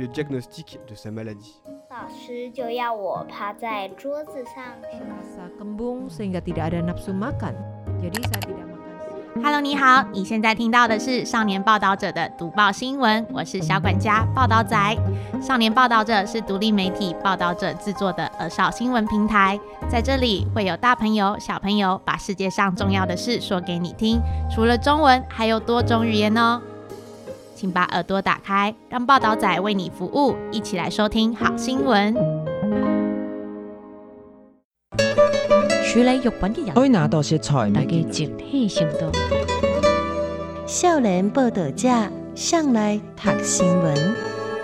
le diagnostic de sa maladie. 老师就要我趴在桌子上。 Rasa kembung sehingga tidak ada nafsu makan. Jadi saya tidak makan. Hello， 你好，你现在听到的是少年报道者的读报新闻，我是小管家报道仔。少年报道者是独立媒体报道者制作的儿少新闻平台，在这里会有大朋友、小朋友把世界上重要的事说给你听，除了中文，还有多种语言哦。请把耳朵打开，让报道仔为你服务，一起来收听好新聞。 處理肉品嘅人， 可以拿到些菜大家集體行動。 少年報道者上來讀新聞。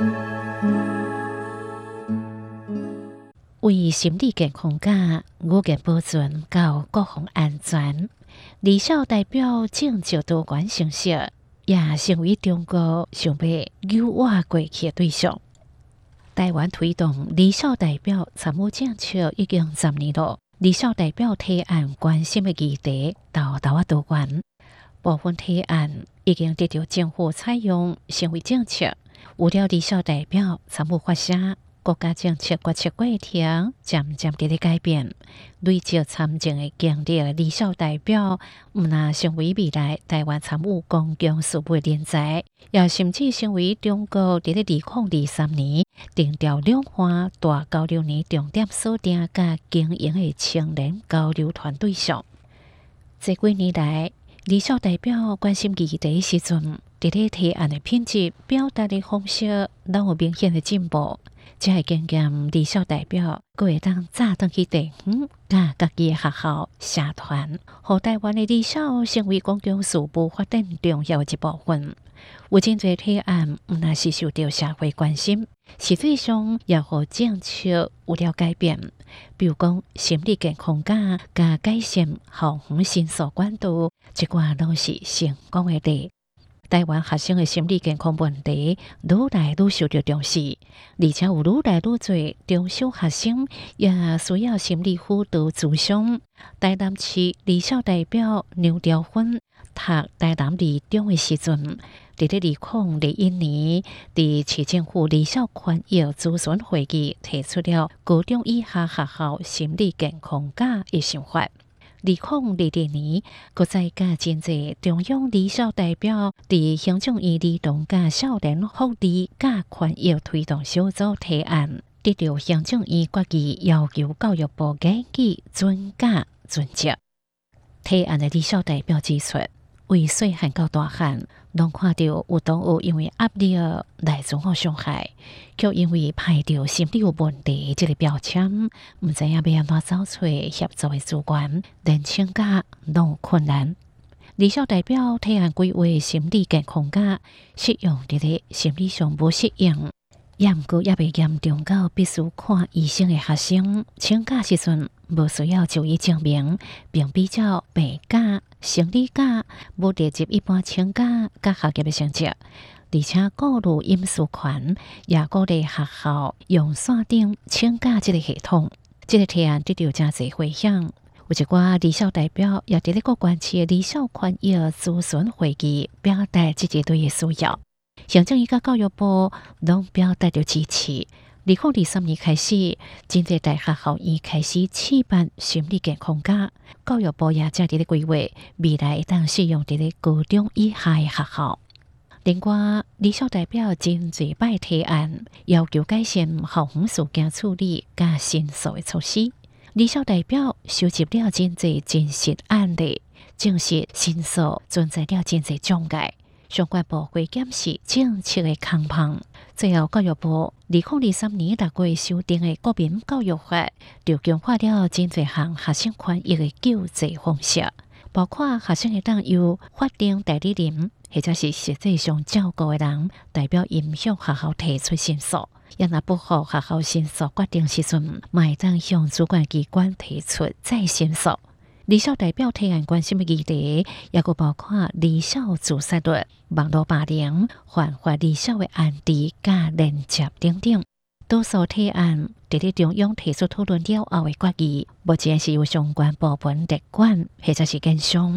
為心理健康甲語言保存到國防安全，離校代表拯救多元成色。也成為中國想要優化過去的對象。台灣推動離校代表參與政策已經10年了，離校代表提案關心的議題多元，部分提案已經得到政府採用成為政策。有了離校代表參與發聲，國家政策決策過程漸漸在改變。累積參政的經歷，離校代表唔但成為未來台灣參與公共事務的人才，也甚至成為中國在2023年定調兩岸大交流年重點鎖定甲經營的青年交流團對象。這幾年來，離校代表關心議題時陣，在提案的品質、表達的方式都有明顯的進步。這係經驗離校代表，佢會當早登去地方，甲家己的學校、社團，讓台灣的離校成為公共事務發展重要的一部分。有真濟提案，唔但是受到社會關心，實際上也讓政策有了改變。比如講，心理健康甲改善校園申訴管道，這個都是成功的例。台灣學生的心理健康問題愈來愈受到重視，而且有愈來愈多中小學生也需要心理輔導諮詢。台南市離校代表劉兆芬讀台南二中的時陣，在2001年，在市政府離校權益諮詢會議提出了高中以下學校心理健康假的想法。2022年，國際甲真濟中央離校代表佇行政院兒童甲少年福利甲權益推動小組提案，得到行政院決議要求教育部研究准假准接。提案的離校代表指出，為細漢到大漢，攏看到有同學因為壓力來自我傷害，卻因為排到心理有問題這個標籤，唔知影要安怎找出協助的資源，連請假攏有困難。離校代表提案規劃心理健康假適用在心理上無適應，也毋過也未嚴重到必須看醫生的學生，請假時陣無需要就醫證明，並比較病假、生理假，無列入一般請假甲學業的成績，而且鼓勵飲食權，也鼓勵學校用線頂請假這個系統。這個提案得到真濟回響，有一寡離校代表也在各縣市的離校權益諮詢會議表達自己對的需要。行政院甲教育部攏表達了支持。2023年開始，真濟大學校院開始試辦心理健康假，教育部也正在規劃未來當適用在高中以下的學校。另外，離校代表真濟擺提案，要求改善校園事件處理甲申訴的措施。離校代表收集了真濟真實案例，證實申訴存在了真濟障礙。相關部會檢視政策的空隙。最後，教育部2023年6月修訂的國民教育法，就強化了真濟項學生權益的救濟方式，包括學生會當由法定代理人或者是實際上照顧的人代表因向學校提出申訴，也若不合學校申訴決定時陣，嘛會當向主管機關提出再申訴。離校代表提案關心的議題，也個包括離校自殺率、網絡霸凌、犯法離校的案例甲連接等等。多數提案在中央提出討論了後的決議，目前是由相關部門立管或者是建商。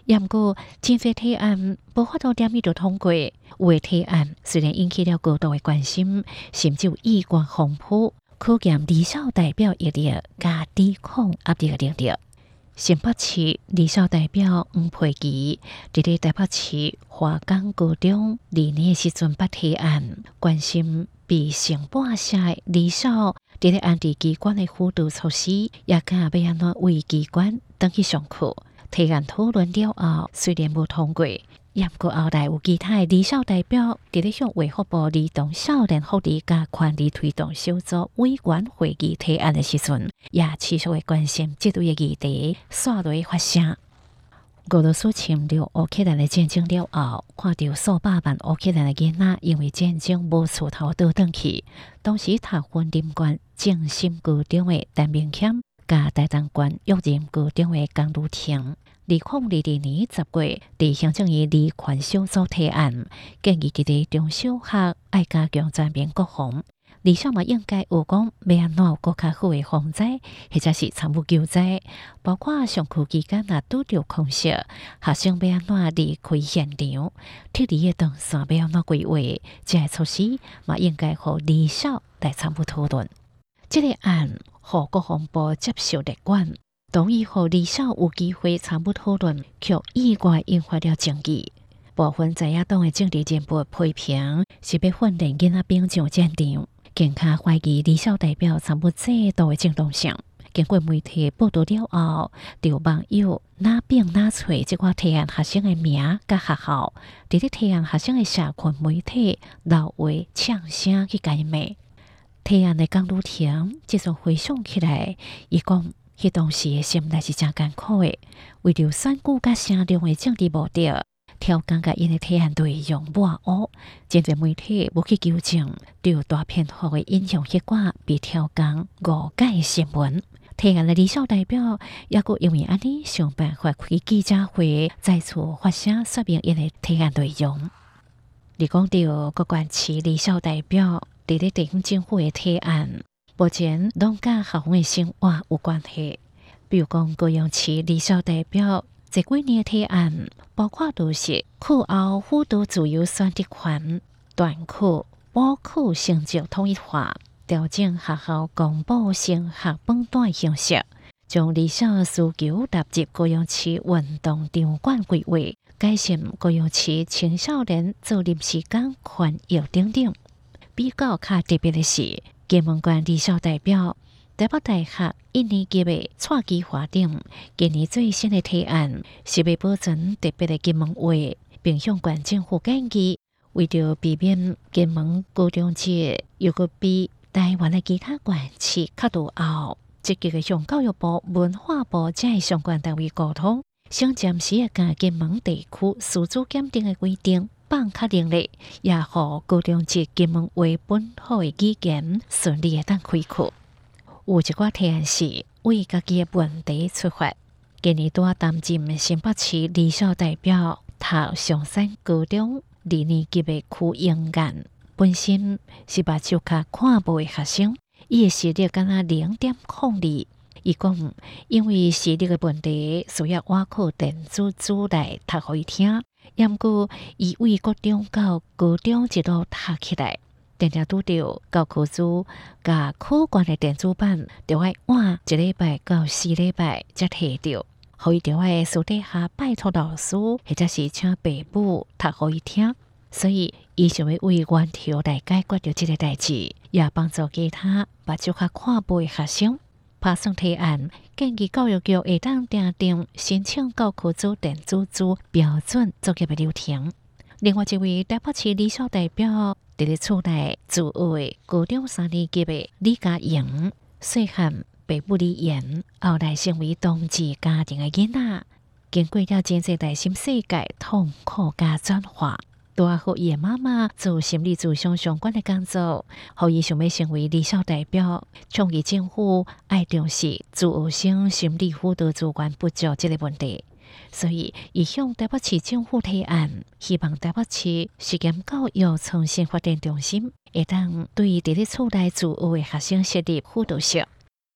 也毋过真侪提案无法度点伊就通过，有诶提案虽然引起了高度诶关心，甚至有意见丰富，可见离校代表毅力加抵抗压力诶能力。新北市离校代表黄佩琪伫咧台北市华冈高中2年诶时阵捌提案，关心被成半下诶离校伫咧安置机关诶辅导措施，也甲要安怎为机关登去上课。提案讨论了后，虽然无通过，也毋过后来有其他离校代表伫咧向卫福部儿童少年福利甲权利推动小组委员会议提案的时阵，也持续的关心这类的议题，刷落发声。俄罗斯侵略乌克兰的战争了后，看到数百万乌克兰的囡仔因为战争无厝头倒转去，当时读婚林县正心高中的陈明谦，甲台东县育仁高中的江如婷。2022年10月，伫行政院离权小组提案，建议伫咧中小学爱加强全面国防，离校嘛应该有讲要安怎有更较好的防灾，或者是参与救灾，包括上课期间若拄着空袭，学生要安怎离开现场，脱离的动线要安怎规划，这些措施嘛应该互离校来参与讨论。这个案互国防部接受立管。同意互离校有机会参与讨论，却意外引发了争议。部分在野党的政治人物批评是要训练囡仔兵上战场，更加怀疑离校代表参与制度的正当性。经过媒体报道了后，有网友哪并哪找这款提案学生的名甲学校，伫咧提案学生的社群媒体留话呛声去解骂。提案的江如婷即阵回想起来，伊讲。迄当时的心内是真艰苦的，为着选举甲声量的政治目的，挑工甲因的提案内容抹黑，真侪媒体无去纠正，就有大篇幅的引用迄寡被挑工误解的新闻。提案的离校代表也佫因为安尼想办法开记者会，再次发声说明因的提案内容。你讲到各县市离校代表伫咧地方政府的提案。目前拢甲校方的生活有关系，比如讲高雄市离校代表这几年的提案，包括都是课后辅导自由选择权、段课、补课成绩统一化、调整学校公布升学本段形式，将离校需求纳入高雄市运动场馆规划，改善高雄市青少年做临时工权益等等。比较较特别的是。金门县离校代表，台北大学1年级的蔡基华等，今年最新的提案是要保存特别的金门话，并向县政府建议，为着避免金门高中节又个比台湾的其他县市较落后，积极的向教育部、文化部这相关单位沟通，想暂时的甲金门地区师资检定的规定。放较能力，也互高中节金门话本土的语言顺利的当开课。有一寡提案是为家己的问题出发。今年拄担任新北市离校代表，读上山高中2年级的区英彦，本身是目睭较看无的学生，伊的视力敢若0.02。伊讲，因为视力的问题，需要我靠电子书来读互伊听。也毋过，伊为国中到高中一路读起来，常常拄着教科书甲考卷的电子版，就要换1礼拜到4礼拜才摕着，互伊就要私底下拜托老师，或者是请爸母读互伊听。所以，伊想要为源头来解决着这个代志，也帮助其他目睭较看无的学生。拍算提案，建议教育局会当订定申请教科书电子书标准作业的流程。另外一位台北市离校代表伫咧厝内自学的高中3年级的李嘉莹，细汉爸母离异，后来成为同志家庭的囡仔，经过了真侪内心世界痛苦加转化。都要和伊的妈妈做心理咨询相关的工作，互伊想要成为离校代表，倡议政府爱重视自学生心理辅导资源不足这个问题。所以，伊向台北市政府提案，希望台北市实验教育重新发展中心，会当对伫咧厝内自学的学生设立辅导室。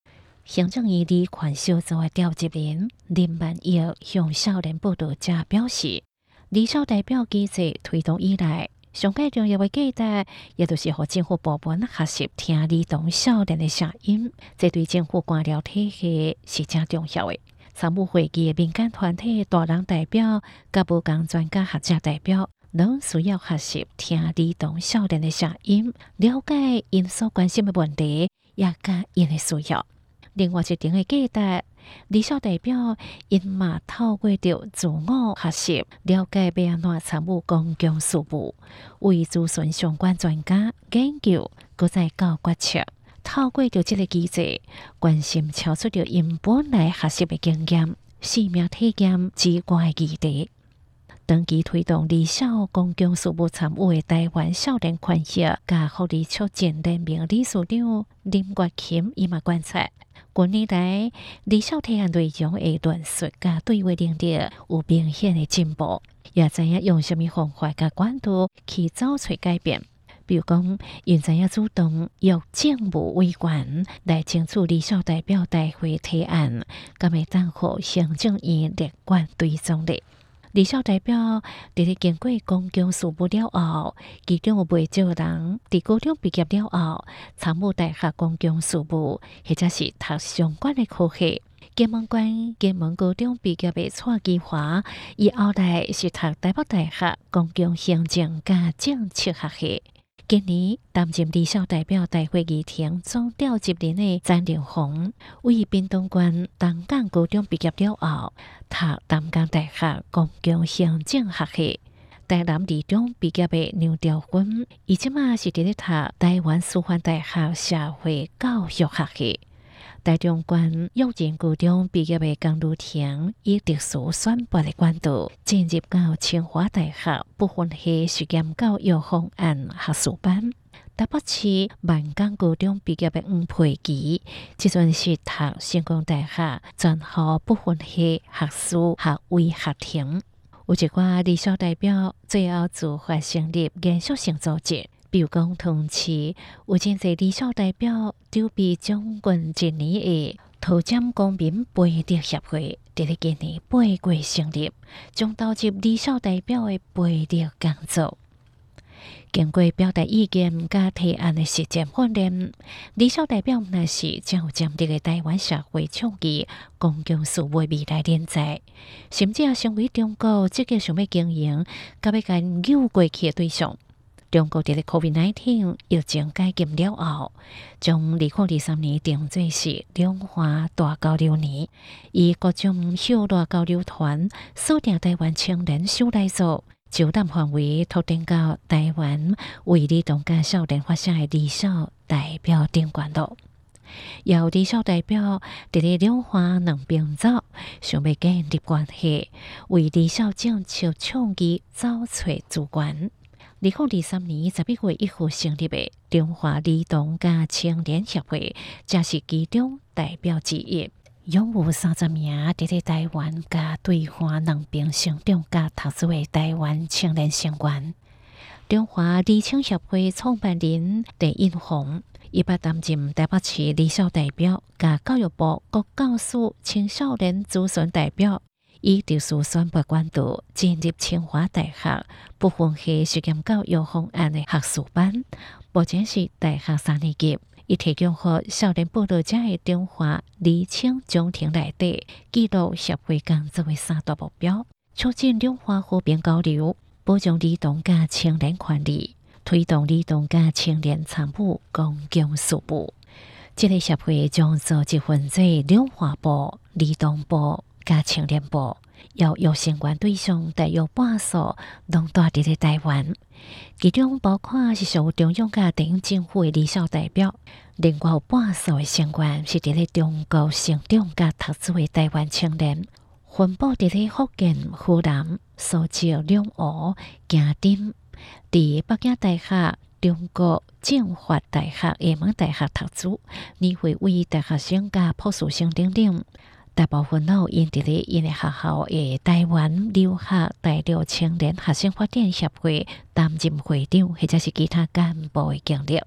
行政院离款小组的召集人林万益向少年报道者表示，离校代表机制推动以来，上界重要的价值，也就是和政府部门学习听儿童少年的声音，这对政府官僚体系是真重要的。参与会议的民间团体大人代表、甲无共专家学者代表，拢需要学习听儿童少年的声音，了解因所关心的问题，也甲因的需要。另外一点的价值，离校代表因嘛透过着自我学习，了解要安怎参与公共事务，为咨询相关专家研究，搁再到决策。透过着这个机制，关心超出着因本来学习的经验、生命体验之外的议题。长期推动离校公共事务参与的台湾少年权益甲福利促进联盟理事长林月琴伊嘛观察，近年来离校提案内容的论述甲对话能力有明显的进步，也知影用什么方法甲管道去找出改变。比如讲，因知影主动由政务委员来争取离校代表大会提案，敢会当互行政院列管追踪的。离校代表伫咧经过公共事务了后，其中有不少人伫高中毕业了后，参与大学公共事务，或者是读相关的科系。金门高中毕业的蔡基华，伊后来是读台北大学公共行政甲政策学系。今年担任离校代表大会议庭总召集人的詹玲红，为屏东县东港高中毕业了后，读东港大学公共行政学系。台南二中毕业的牛兆芬，伊即马是伫咧读台湾师范大学社会教育学系。台中县幼稚高中毕业的江如婷，以特殊选拔的管道进入到清华大学不分系实验教育方案学士班。台北市万江高中毕业的黄佩琪，即阵是读成功大学专校不分系学士学位学程。有一寡离校代表最后自发成立研究性组织。比如讲，同市有真侪离校代表筹备将近一年的桃检公民培植协会，伫咧今年8月成立，将投入离校代表的培植工作。经过表达意见甲提案的实践训练，离校代表若是真有潜力的台湾社会创意公共事务未来人才，甚至也成为中国积极想要经营、甲要甲扭过去的对象。中国伫咧 COVID-19 疫情解禁了后，将2023年定做是两岸大交流年，以各种校大交流团锁定台湾青年首来组，招揽范围拓展到台湾为儿童甲少年发声的离校代表顶管道。由离校代表伫咧两岸两边走，想要建立关系，为离校政策创意找找资源。2023年11月1號成立的中華兒童甲青年協會，正是其中代表之一。擁有30名伫咧台灣甲對岸兩邊成長甲讀書的台灣青年成員。中華兒青協會創辦人鄭印紅，伊捌擔任台北市離校代表，甲教育部國教署青少年諮詢代表。以特殊選拔管道進入清華大學不分系實驗教育方案的學士班，目前是大學3年級。伊提供予少年報道者的中華離青中庭內底記錄協會工作的3大目標：促進兩岸和平交流，保障兒童甲青年權利，推動兒童甲青年參與公共事務。這個協會將組織分做兩岸部、兒童部、甲青年部，邀約成員對象大約半數攏住佇咧台灣，其中包括是屬中央甲地方政府的離校代表，另外有半數的成員是佇咧中國成長甲讀書的台灣青年，分布佇咧福建、湖南、蘇州、兩湖、嘉定，佇北京大學、中國政法大學、廈門大學讀書，年會為大學生甲博士生等等。大部分都因伫咧因的學校的台灣留學大陸青年學生發展協會擔任會長，或者是其他幹部的經歷。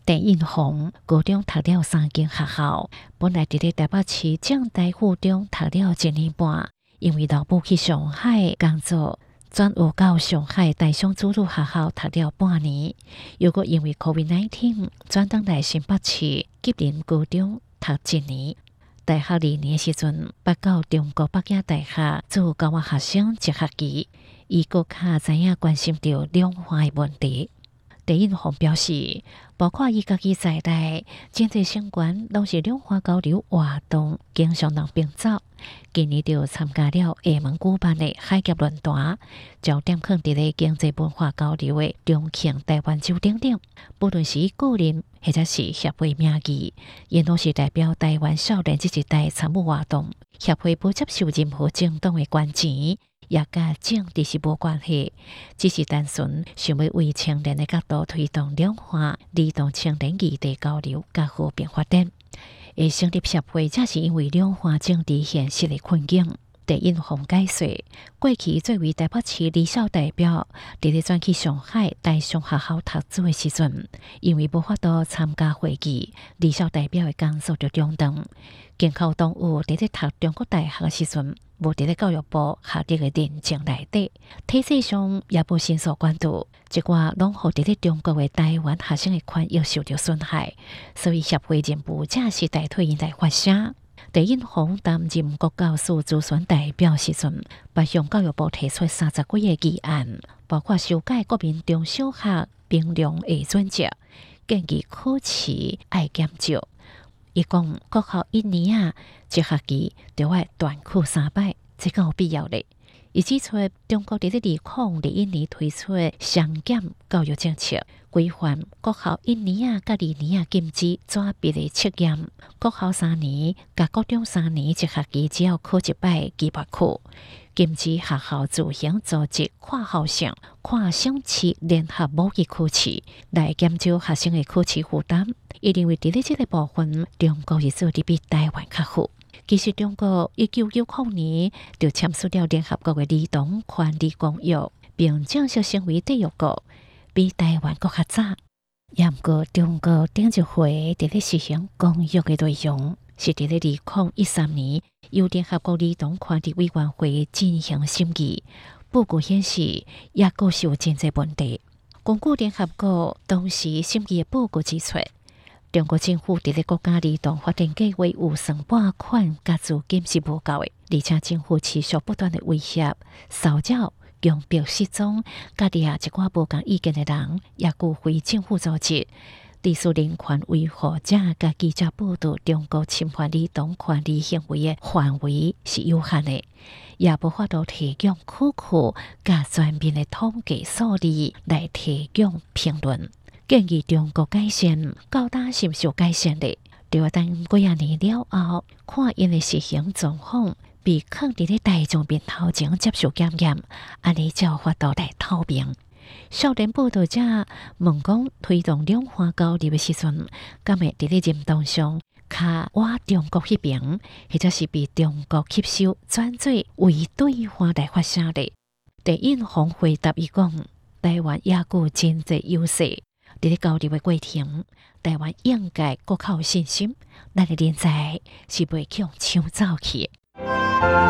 郑印红高中读了3间学校，本来伫咧台北市正大附中读了1年半，因为老母去上海工作，转学到上海大商主女学校读了半年，又搁因为 COVID-19 转登来新北市吉林高中读1年。大学2年时阵，捌到中国北京大学做交换学生1学期，伊搁较知影关心到两化的问题。郑印红表示，包括伊家己在内，真侪成员拢是两化交流活动，经常人并走。今年就参加了厦门举办的海峡论坛，焦点放伫咧经济文化交流的重庆台湾州等等。不论是个人或者是协会名义，因拢是代表台湾少年这一代参与活动。协会不接受任何政党的捐钱。也甲政治是无关系，只是单纯想要为青年的角度推动两化，利动青年异地交流甲和平发展。而成立协会，正是因为两化政治现实的困境。郑印红解说，过去作为台北市离校代表，伫咧转去上海大商学校读书的时阵，因为无法度参加会议，离校代表的工作就中断。经考党有伫咧读中国大学的时阵，无伫咧教育部学历的认证内底，体制上也无申诉管道，一寡拢互伫咧中国的台湾学生的权益受到损害，所以协会任务正是代替因来发声。郑印红担任国教署咨询代表时阵，捌向教育部提出30几个议案，包括修改国民中小学评量的准则，建议考试爱减少。伊讲国校1年1学期就要断考3摆，这个有必要的。伊指出，中国伫咧2021年推出双减教育政策，规范国校1年甲2年禁止抓别的测验，国校3年甲高中3年1学期只要考1摆期末考，禁止学校自行组织跨校省、跨省市联合模拟考试，来减少学生的考试负担。伊认为，伫咧这个部分，中国是做得比台湾较好。其实，中国1990年就签署了联合国的儿童权利公约，并正式成为缔约国，比台湾更较早。也毋过，中国顶一回伫咧实行公约的内容，是伫咧2013年由联合国儿童权利委员会进行审议。报告显示，也阁是有真侪问题。根据联合国当时审议的报告指出，中国政府伫咧国家儿童发展计划有算拨款甲资金是无够的，而且政府持续不断的威胁、骚扰、强迫失踪，甲掠一寡无共意见的人，也有非政府组织、历史人权维护者甲记者报道中国侵犯儿童权利行为的范围是有限的，也无法度提供可靠甲全面的统计数字来提供评论。建议中国改善，到底是毋是有改善的？就要等几啊年了后，看因的实行状况，被放伫咧大众面头前接受检验，安尼才有法度来透明。少年报道者问讲，推动两化交流的时阵，敢会伫咧认同上较我中国迄边，或者是被中国吸收，转做为对方来发声的？郑印红回答伊讲，台湾也有真侪优势。伫咧交流的过程，台湾应该更较有信心，咱的人才是袂强抢走去的。